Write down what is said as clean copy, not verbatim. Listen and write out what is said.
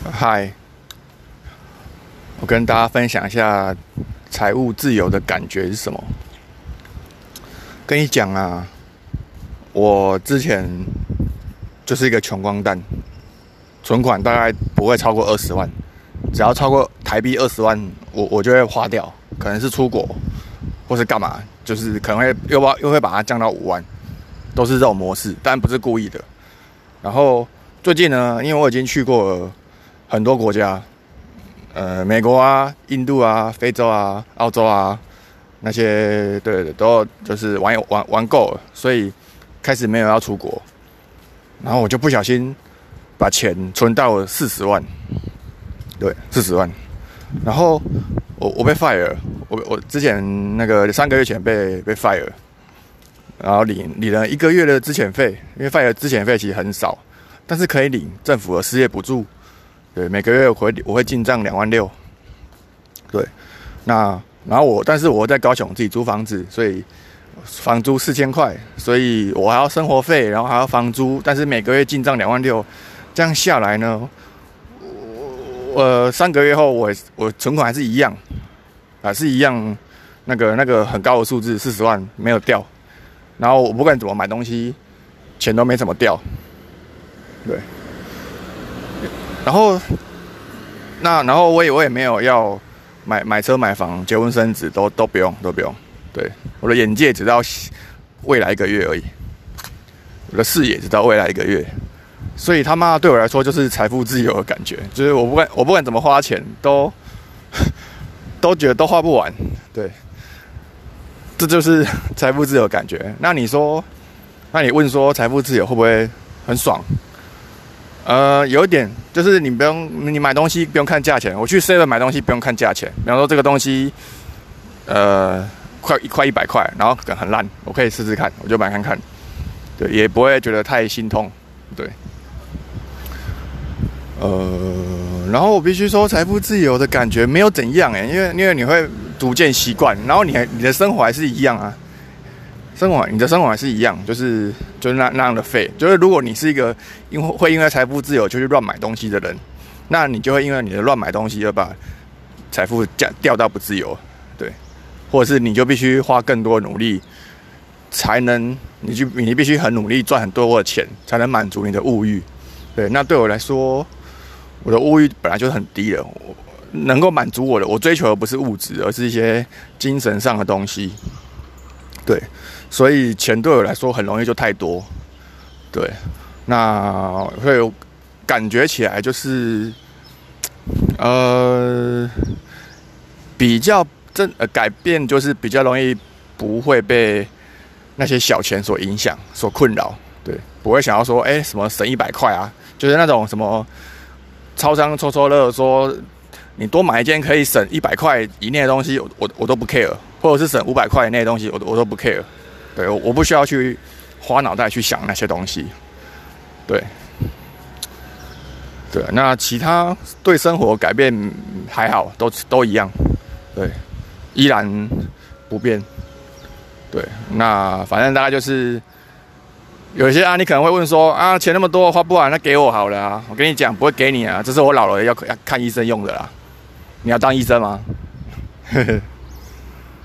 嗨，我跟大家分享一下财务自由的感觉是什么。跟你讲啊，我之前就是一个穷光蛋，存款大概不会超过20万，只要超过台币20万，我就会花掉，可能是出国或是干嘛，就是可能会又会把它降到5万，都是这种模式，但不是故意的。然后最近呢，因为我已经去过了很多国家，美国啊、印度啊、非洲啊、澳洲啊，那些对都就是玩够了，所以开始没有要出国，然后我就不小心把钱存到了40万，对，40万，然后我被 fire 了，我之前那个3个月前被 fire， 然后领了1个月的资遣费，因为 fire 资遣费其实很少，但是可以领政府的失业补助。对，每个月我会进账26000，对，然后但是我在高雄自己租房子，所以房租4000块，所以我还要生活费，然后还要房租，但是每个月进账26000，这样下来呢，3个月后我存款还是一样，那个很高的数字40万没有掉，然后我不管怎么买东西，钱都没怎么掉，对。然后我也没有要买车买房结婚生子都不用，对，我的眼界只到未来1个月而已，我的视野只到未来1个月，所以他妈对我来说就是财富自由的感觉，就是我不管怎么花钱都觉得都花不完，对，这就是财富自由的感觉。那你问说财富自由会不会很爽？有一点就是你买东西不用看价钱。我去 7 买东西不用看价钱，比方说这个东西，快100块，然后很烂，我可以试试看，我就买看看，对，也不会觉得太心痛，对。然后我必须说，财富自由的感觉没有怎样因为你会逐渐习惯，然后你的生活还是一样啊。你的生活还是一样，就是那样的废。就是如果你是一个因为财富自由就去乱买东西的人，那你就会因为你的乱买东西而把财富掉到不自由，对，或者是你就必须花更多的努力，你必须很努力赚很多的钱，才能满足你的物欲，对。那对我来说，我的物欲本来就很低了，我能够满足我追求的不是物质，而是一些精神上的东西，对。所以钱对我来说很容易就太多，对，那会有感觉起来就是比较改变，就是比较容易不会被那些小钱所影响、所困扰，对，不会想要说什么省100块啊，就是那种什么超商抽乐说你多买一件可以省100块以内的东西，我都不 care， 或者是省500块以内的东西，我都不 care。对，我不需要去花脑袋去想那些东西，对，那其他对生活改变还好，都一样，对，依然不变，对，那反正大概就是有一些你可能会问说钱那么多花不完，那给我好了啊，我跟你讲不会给你啊，这是我老了要看医生用的啦，你要当医生吗？